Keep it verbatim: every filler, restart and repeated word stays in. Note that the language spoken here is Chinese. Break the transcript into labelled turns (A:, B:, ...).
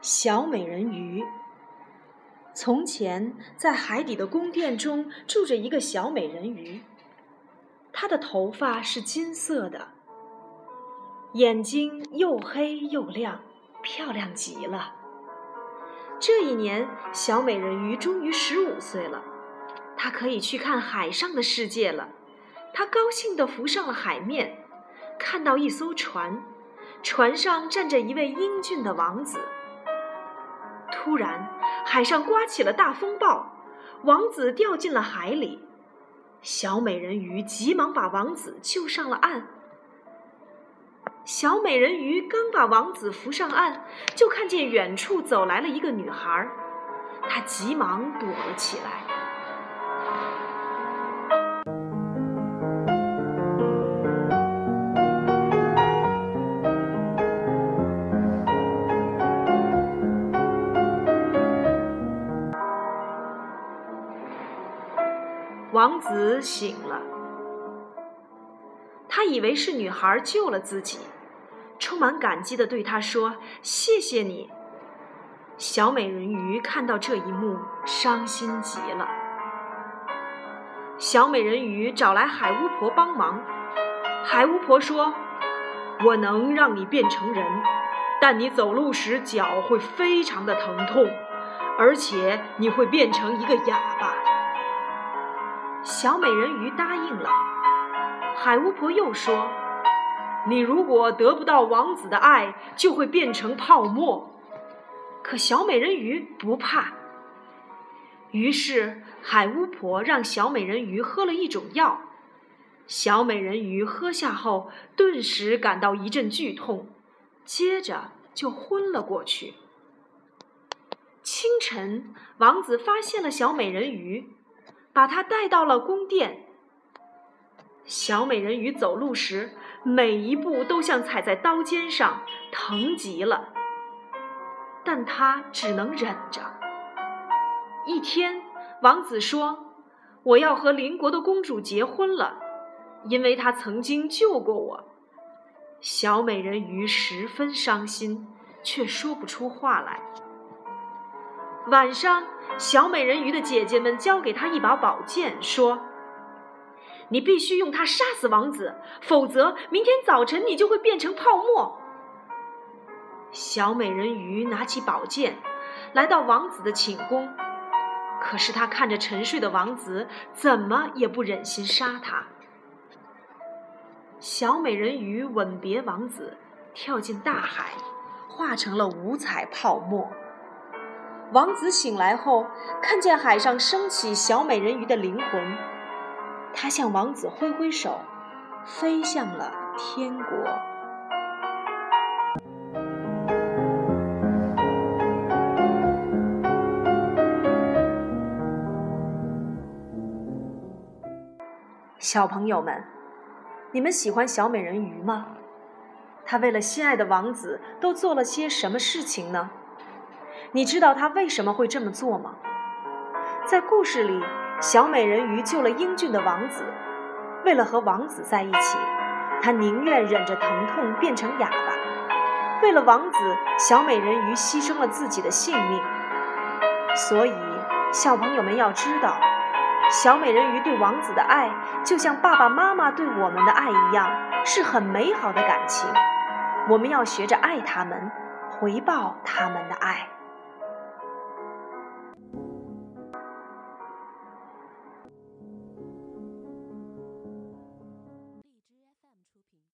A: 小美人鱼。从前，在海底的宫殿中住着一个小美人鱼，她的头发是金色的，眼睛又黑又亮，漂亮极了。这一年，小美人鱼终于十五岁了，她可以去看海上的世界了。她高兴地浮上了海面，看到一艘船，船上站着一位英俊的王子。突然，海上刮起了大风暴，王子掉进了海里。小美人鱼急忙把王子救上了岸。小美人鱼刚把王子扶上岸，就看见远处走来了一个女孩，她急忙躲了起来。王子醒了，他以为是女孩救了自己，充满感激地对她说：“谢谢你。”小美人鱼看到这一幕，伤心极了。小美人鱼找来海巫婆帮忙。海巫婆说：“我能让你变成人，但你走路时脚会非常的疼痛，而且你会变成一个哑巴。”小美人鱼答应了。海巫婆又说：“你如果得不到王子的爱，就会变成泡沫。”可小美人鱼不怕。于是海巫婆让小美人鱼喝了一种药，小美人鱼喝下后，顿时感到一阵剧痛，接着就昏了过去。清晨，王子发现了小美人鱼，把她带到了宫殿。小美人鱼走路时，每一步都像踩在刀尖上，疼极了。但她只能忍着。一天，王子说：“我要和邻国的公主结婚了，因为她曾经救过我。”小美人鱼十分伤心，却说不出话来。晚上，小美人鱼的姐姐们交给她一把宝剑，说：“你必须用它杀死王子，否则明天早晨你就会变成泡沫。”小美人鱼拿起宝剑，来到王子的寝宫，可是她看着沉睡的王子，怎么也不忍心杀他。小美人鱼吻别王子，跳进大海，化成了五彩泡沫。王子醒来后，看见海上升起小美人鱼的灵魂，他向王子挥挥手，飞向了天国。小朋友们，你们喜欢小美人鱼吗？她为了心爱的王子都做了些什么事情呢？你知道她为什么会这么做吗？在故事里，小美人鱼救了英俊的王子，为了和王子在一起，她宁愿忍着疼痛变成哑巴。为了王子，小美人鱼牺牲了自己的性命。所以，小朋友们要知道，小美人鱼对王子的爱，就像爸爸妈妈对我们的爱一样，是很美好的感情。我们要学着爱他们，回报他们的爱。